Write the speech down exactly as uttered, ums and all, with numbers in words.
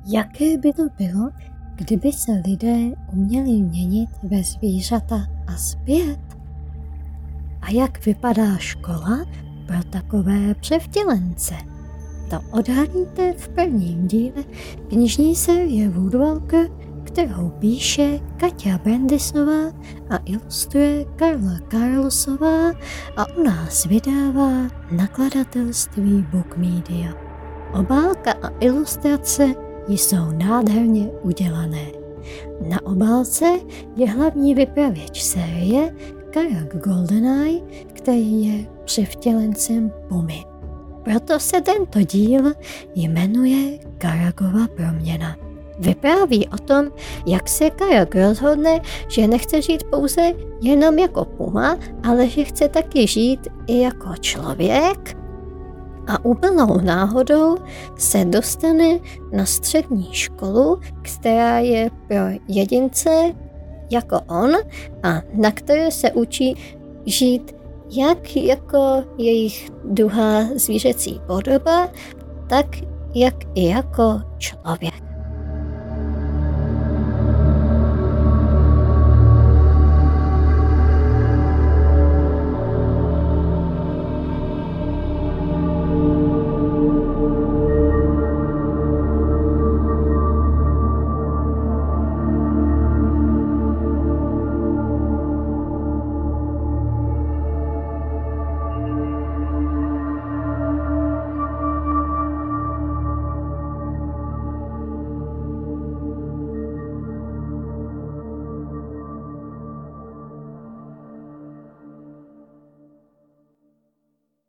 Jaké by to bylo, kdyby se lidé uměli měnit ve zvířata a zpět? A jak vypadá škola pro takové převtělence? To odhalíte v prvním díle knižní série Woodwalker, kterou píše Kaťa Bendisová a ilustruje Karla Carlosová a u nás vydává nakladatelství Book Media. Obálka a ilustrace jsou nádherně udělané. Na obálce je hlavní vypravěč série Karak Goldeneye, který je převtělencem Pumy. Proto se tento díl jmenuje Karakova proměna. Vypráví o tom, jak se Karak rozhodne, že nechce žít pouze jenom jako puma, ale že chce taky žít i jako člověk. A úplnou náhodou se dostane na střední školu, která je pro jedince jako on a na které se učí žít jak jako jejich druhá zvířecí podoba, tak jak i jako člověk.